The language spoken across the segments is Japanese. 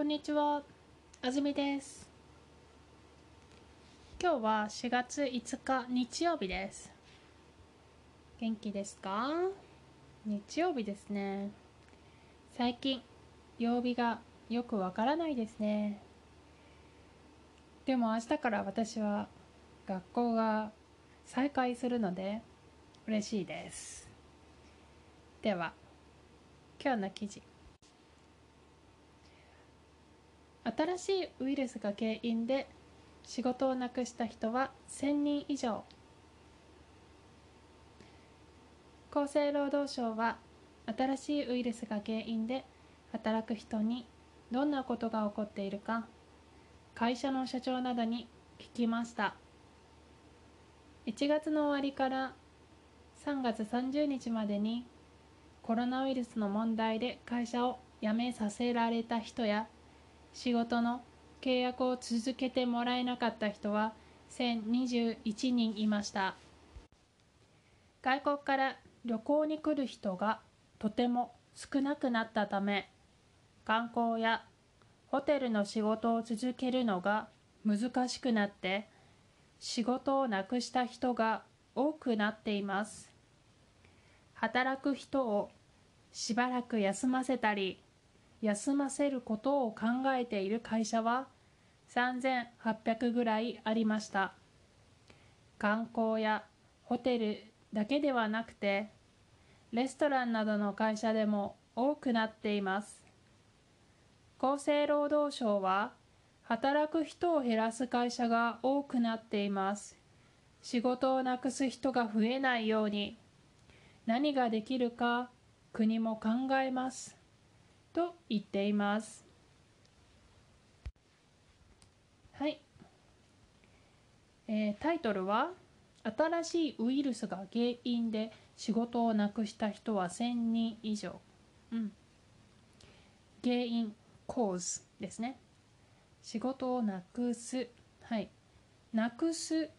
んにちは、あずみです。今日は4月5日日曜日です。元気ですか？日曜日ですね。最近、曜日がよくわからないですね。でも明日から私は学校が再開するので嬉しいです。では、今日の記事。新しいウイルスが原因で仕事をなくした人は1000人以上。厚生労働省は新しいウイルスが原因で働く人にどんなことが起こっているか会社の社長などに聞きました。1月の終わりから3月30日までにコロナウイルスの問題で会社を辞めさせられた人や仕事の契約を続けてもらえなかった人は1021人いました。外国から旅行に来る人がとても少なくなったため、観光やホテルの仕事を続けるのが難しくなって、仕事をなくした人が多くなっています。働く人をしばらく休ませたり、休ませることを考えている会社は3800ぐらいありました。観光やホテルだけではなくて、レストランなどの会社でも多くなっています。厚生労働省は、働く人を減らす会社が多くなっています。仕事をなくす人が増えないように、何ができるか国も考えます。と言っています。はい。タイトルは、新しいウイルスが原因で仕事をなくした人は1000人以上。原因、cause ですね。仕事をなくす。はい。なくす。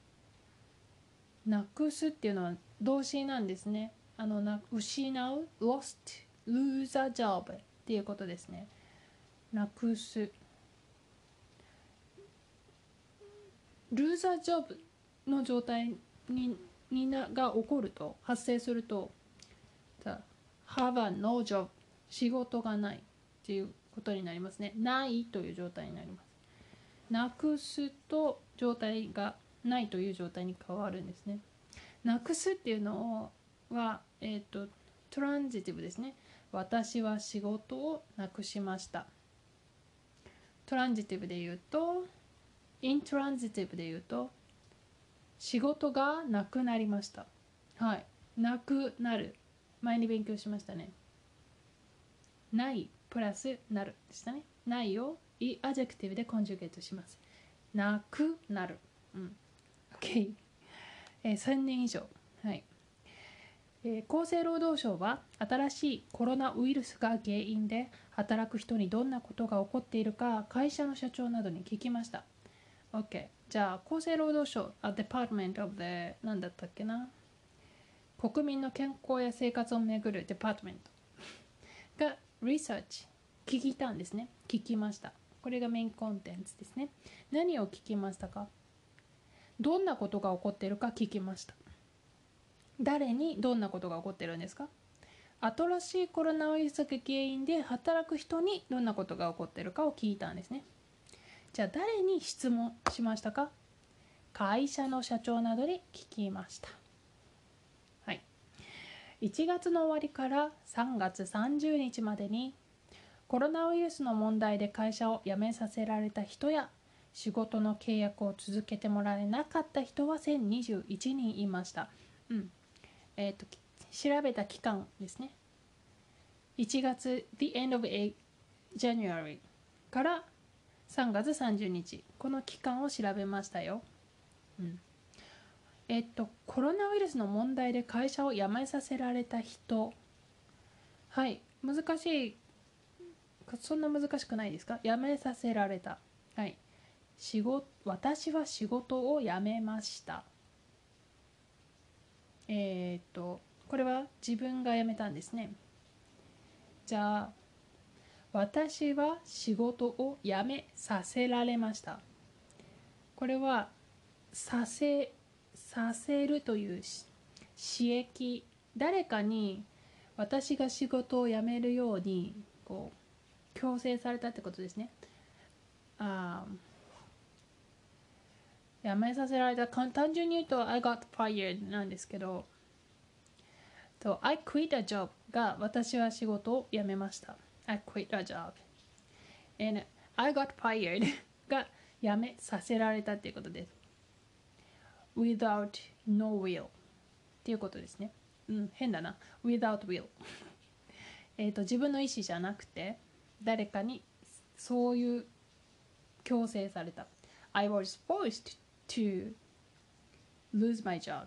なくすっていうのは動詞なんですね。失う、lost, lose a job っていうことですね。なくす。lose a job の状態が起こると、発生すると、have a no job 仕事がないっていうことになりますね。ないという状態になります。なくすと状態がないという状態に変わるんですね。なくすっていうのは、トランジティブですね。私は仕事をなくしました。トランジティブで言うと、イントランジティブで言うと、仕事がなくなりました。はい。なくなる。前に勉強しましたね。ないプラスなるでしたね。ないをアジェクティブでコンジュゲートします。なくなる。OK。1000年以上。はい。厚生労働省は新しいコロナウイルスが原因で働く人にどんなことが起こっているか会社の社長などに聞きました。OK。じゃあ厚生労働省、Department of the 何だったっけな、国民の健康や生活をめぐるデパートメントがリサーチ聞いたんですね。聞きました。これがメインコンテンツですね。何を聞きましたか？どんなことが起こっているか聞きました。誰にどんなことが起こっているんですか？新しいコロナウイルスが原因で働く人にどんなことが起こっているかを聞いたんですね。じゃあ誰に質問しましたか？会社の社長などに聞きました。はい。1月の終わりから3月30日までにコロナウイルスの問題で会社を辞めさせられた人や仕事の契約を続けてもらえなかった人は1021人いました。調べた期間ですね。1月 The end of January から3月30日この期間を調べましたよ。コロナウイルスの問題で会社を辞めさせられた人、はい、難しい、そんな難しくないですか？辞めさせられた。はい。私は仕事を辞めました。これは自分が辞めたんですね。じゃあ私は仕事を辞めさせられました。これはさせるという刺激、誰かに私が仕事を辞めるようにこう強制されたってことですね。辞めさせられた、単純に言うと I got fired なんですけど、I quit a job が私は仕事を辞めました。I quit a job and I got fired が辞めさせられたっていうことです。without no will っていうことですね。変だな。without will 自分の意思じゃなくて誰かにそういう強制された。I was forced to lose my job、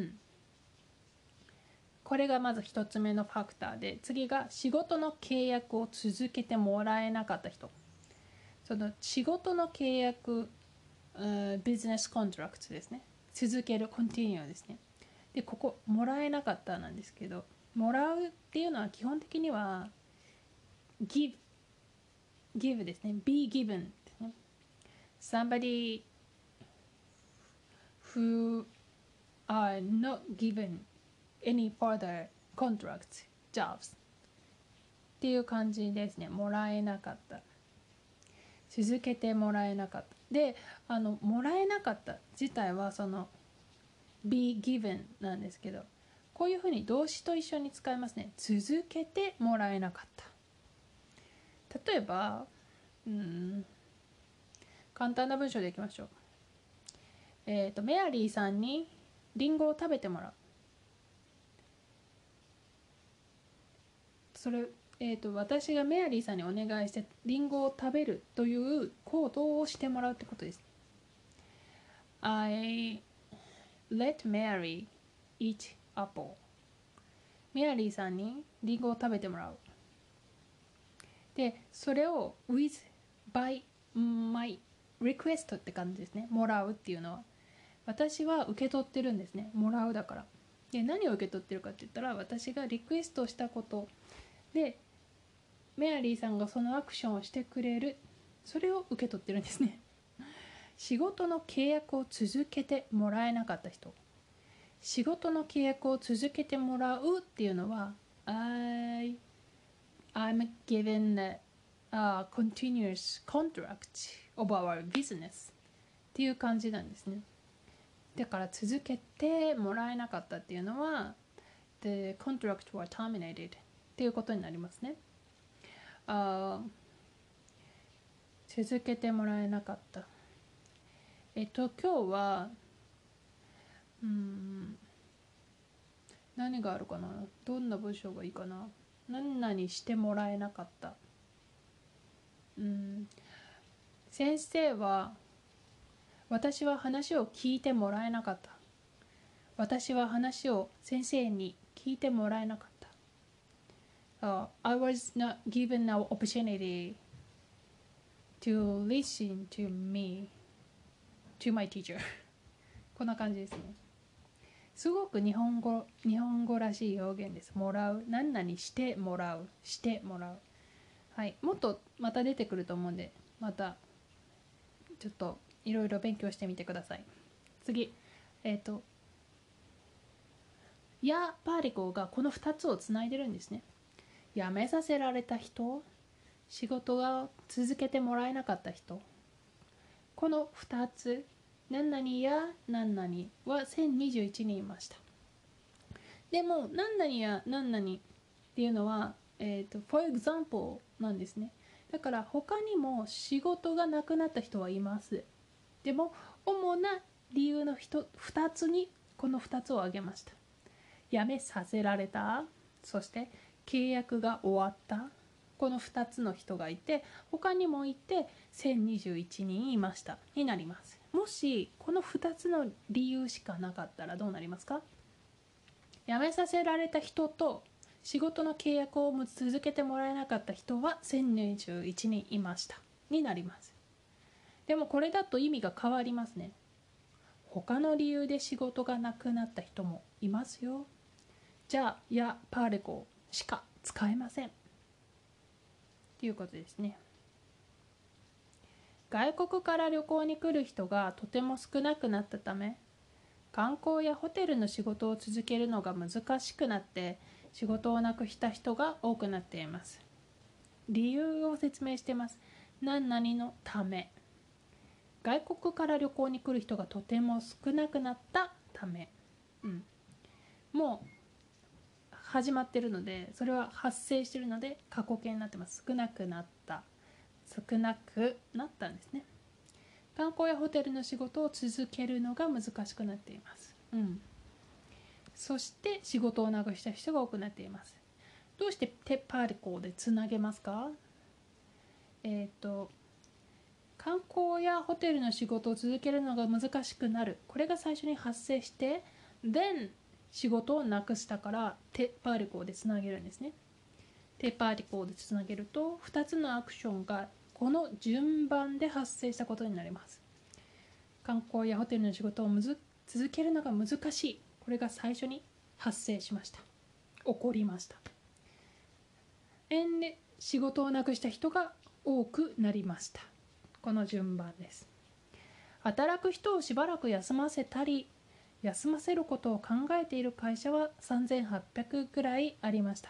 これがまず一つ目のファクターで、次が仕事の契約を続けてもらえなかった人。その仕事の契約、ビジネスコントラクトですね。続ける、コンティニューですね。で、ここ、もらえなかったなんですけど、もらうっていうのは基本的には give ですね。be given ですね。somebody who are not given any further contracts, jobs っていう感じですね。もらえなかった。続けてもらえなかった。で、もらえなかった自体はその be given なんですけど、こういうふうに動詞と一緒に使いますね。続けてもらえなかった。例えば、簡単な文章でいきましょう。メアリーさんにリンゴを食べてもらう。それ、私がメアリーさんにお願いしてリンゴを食べるという行動をしてもらうってことです。I let Mary eat apple。メアリーさんにリンゴを食べてもらう。で、それを with by my request って感じですね。もらうっていうのは。私は受け取ってるんですね。もらうだから。で、何を受け取ってるかって言ったら、私がリクエストしたことで、メアリーさんがそのアクションをしてくれる。それを受け取ってるんですね。仕事の契約を続けてもらえなかった人。仕事の契約を続けてもらうっていうのは、I'm given a continuous contract of our business っていう感じなんですね。だから続けてもらえなかったっていうのは The contract was terminated っていうことになりますね。続けてもらえなかった。今日は何があるかな。どんな文章がいいかな。何々してもらえなかった。先生は私は話を聞いてもらえなかった。私は話を先生に聞いてもらえなかった。I was not given an opportunity to listen to me, to my teacher こんな感じですね。すごく日本語らしい表現です。もらう。何々してもらう。してもらう。はい。もっとまた出てくると思うんで、またちょっといろいろ勉強してみてください。次。やパーリコがこの2つをつないでるんですね。辞めさせられた人、仕事が続けてもらえなかった人。この2つ、何々や何々は1021人いました。でも、何々や何々っていうのは、for example なんですね。だから他にも仕事がなくなった人はいます。でも、主な理由の2つにこの2つを挙げました。辞めさせられた、そして契約が終わった、この2つの人がいて、他にもいて1021人いましたになります。もしこの2つの理由しかなかったらどうなりますか？辞めさせられた人と仕事の契約を続けてもらえなかった人は1021人いましたになります。でもこれだと意味が変わりますね。他の理由で仕事がなくなった人もいますよ。じゃあ、やパーレコしか使えません。 ということですね。外国から旅行に来る人がとても少なくなったため、観光やホテルの仕事を続けるのが難しくなって仕事をなくした人が多くなっています。理由を説明しています。何々のため。外国から旅行に来る人がとても少なくなったため。もう始まってるので、それは発生してるので過去形になってます。少なくなった。少なくなったんですね。観光やホテルの仕事を続けるのが難しくなっています。そして仕事をなくした人が多くなっています。どうしてテパーリコでつなげますか？観光やホテルの仕事を続けるのが難しくなる。これが最初に発生して、then 仕事をなくしたからテパーリコでつなげるんですね。テパーリコでつなげると、2つのアクションがこの順番で発生したことになります。観光やホテルの仕事を続けるのが難しい。これが最初に発生しました。起こりました。で、仕事をなくした人が多くなりました。この順番です。働く人をしばらく休ませたり、休ませることを考えている会社は3800くらいありました。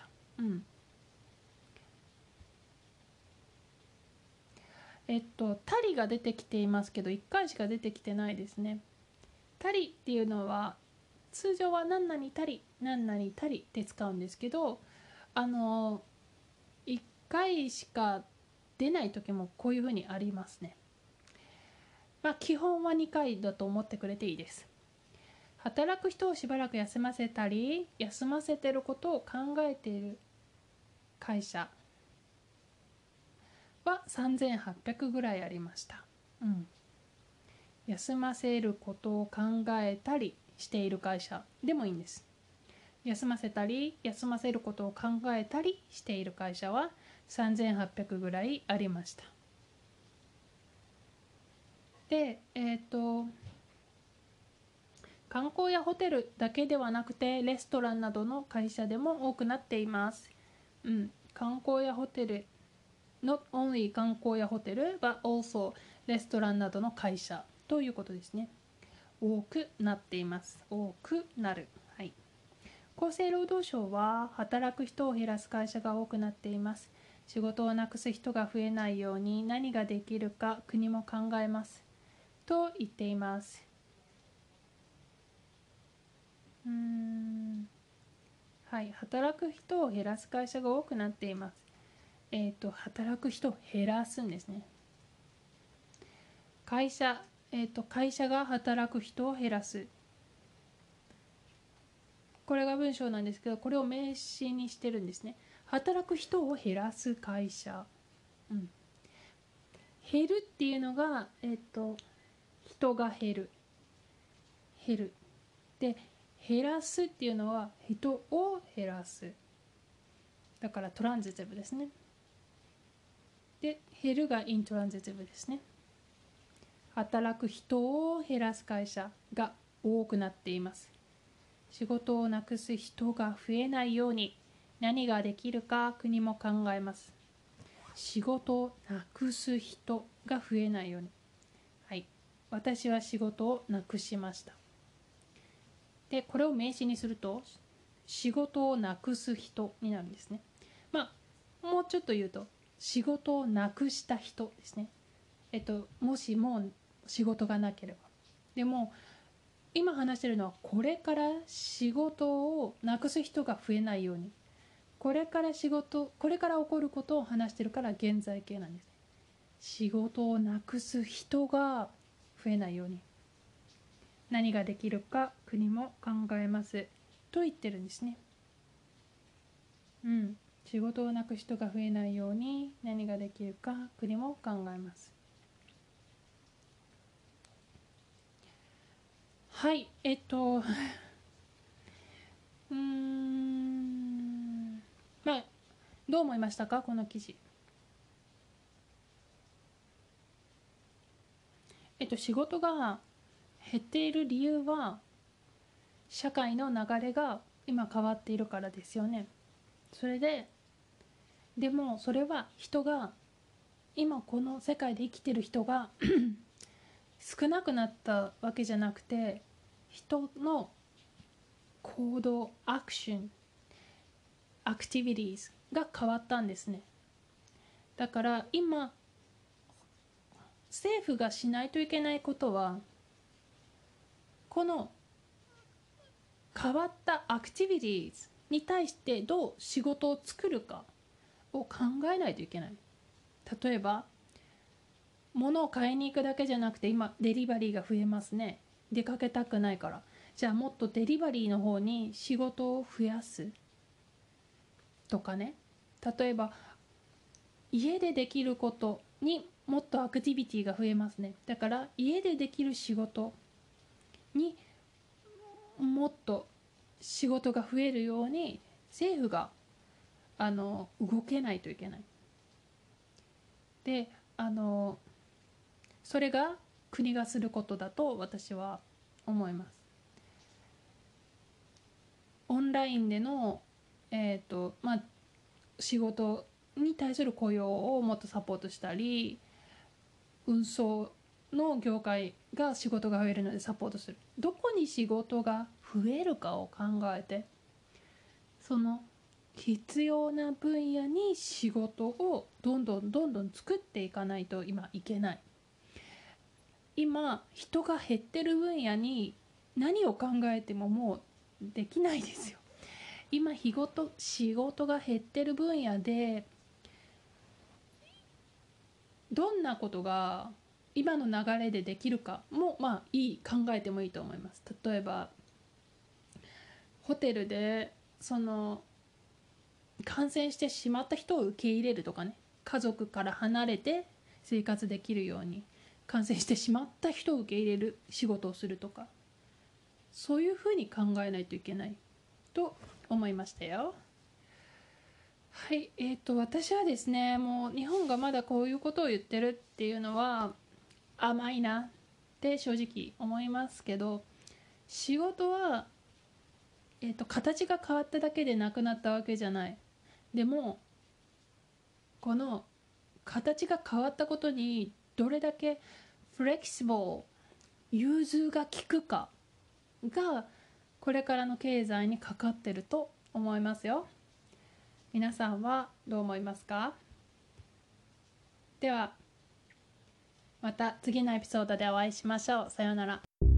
たりが出てきていますけど、1回しか出てきてないですね。たりっていうのは、通常は何々たり、何々たりって使うんですけど、1回しか出ない時もこういうふうにありますね。基本は2回だと思ってくれていいです。働く人をしばらく休ませたり、休ませてることを考えている会社は3800ぐらいありました。休ませることを考えたりしている会社でもいいんです。休ませたり休ませることを考えたりしている会社は3800ぐらいありました。で、観光やホテルだけではなくてレストランなどの会社でも多くなっています。観光やホテル not only 観光やホテル but also レストランなどの会社ということですね。多くなっています。多くなる。厚生労働省は働く人を減らす会社が多くなっています。仕事をなくす人が増えないように何ができるか国も考えますと言っています。働く人を減らす会社が多くなっています。働く人を減らすんですね。会社が働く人を減らす。これが文章なんですけど、これを名詞にしてるんですね。働く人を減らす会社。減るっていうのが、人が減る。で、減らすっていうのは人を減らす。だからトランジティブですね。で、減るがイントランジティブですね。働く人を減らす会社が多くなっています。仕事をなくす人が増えないように何ができるか国も考えます。仕事をなくす人が増えないように。私は仕事をなくしました。で、これを名詞にすると仕事をなくす人になるんですね。もうちょっと言うと仕事をなくした人ですね。もしもう仕事がなければ。でも今話してるのはこれから仕事をなくす人が増えないように、これから起こることを話してるから現在形なんです。仕事をなくす人が増えないように何ができるか国も考えますと言ってるんですね。仕事をなくす人が増えないように何ができるか国も考えます。どう思いましたか、この記事。仕事が減っている理由は社会の流れが今変わっているからですよね。それででもそれは人が今この世界で生きてる人が少なくなったわけじゃなくて、人の行動、アクション、アクティビティーズが変わったんですね。だから今政府がしないといけないことは、この変わったアクティビティーズに対してどう仕事を作るかを考えないといけない。例えば物を買いに行くだけじゃなくて、今デリバリーが増えますね。出かけたくないから、じゃあもっとデリバリーの方に仕事を増やすとかね。例えば家でできることにもっとアクティビティが増えますね。だから家でできる仕事にもっと仕事が増えるように政府が動けないといけない。でそれが国がすることだと私は思います。オンラインでの、仕事に対する雇用をもっとサポートしたり、運送の業界が仕事が増えるのでサポートする。どこに仕事が増えるかを考えて、その必要な分野に仕事をどんどん作っていかないと今いけない。今人が減ってる分野に何を考えてももうできないですよ。今仕事が減ってる分野でどんなことが今の流れでできるかも考えてもいいと思います。例えばホテルで感染してしまった人を受け入れるとかね、家族から離れて生活できるように感染してしまった人を受け入れる仕事をするとか、そういうふうに考えないといけないと思いましたよ。はい、私はですね、もう日本がまだこういうことを言ってるっていうのは甘いなって正直思いますけど、仕事は、形が変わっただけでなくなったわけじゃない。でもこの形が変わったことにどれだけフレキシブル、融通が利くかがこれからの経済にかかってると思いますよ。皆さんはどう思いますか？ではまた次のエピソードでお会いしましょう。さようなら。